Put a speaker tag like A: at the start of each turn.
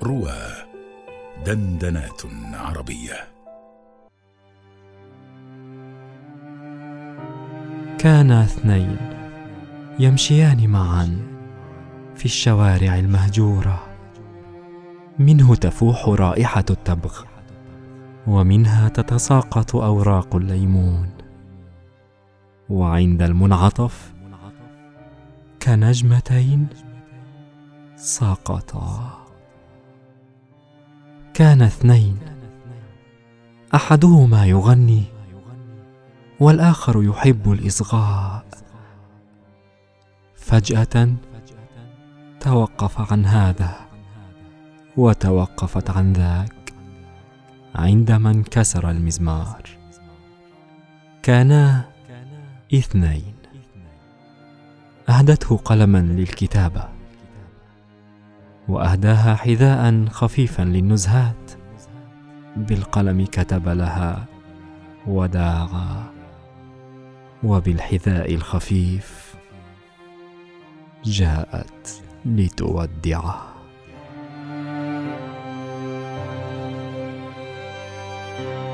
A: روى دندنات عربية.
B: كان اثنين يمشيان معا في الشوارع المهجورة، منه تفوح رائحة التبغ، ومنها تتساقط أوراق الليمون، وعند المنعطف كنجمتين ساقطا. كان اثنين، أحدهما يغني والآخر يحب الإصغاء. فجأة توقف عن هذا وتوقفت عن ذاك عندما انكسر المزمار. كانا اثنين، أهدته قلما للكتابة، وأهداها حذاء خفيفا للنزهات. بالقلم كتب لها وداعا، وبالحذاء الخفيف جاءت لتودعه.